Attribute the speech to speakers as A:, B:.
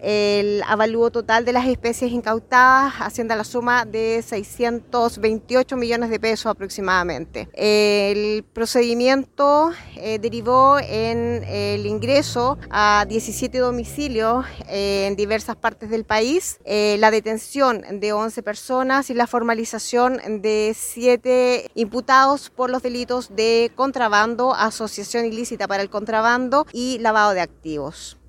A: El avalúo total de las especies incautadas asciende a la suma de 628 millones de pesos aproximadamente. El procedimiento derivó en el ingreso a 17 domicilios en diversas partes del país, la detención de 11 personas y la formalización de 7 imputados por los delitos de contrabando, asociación ilícita para el contrabando y lavado de activos.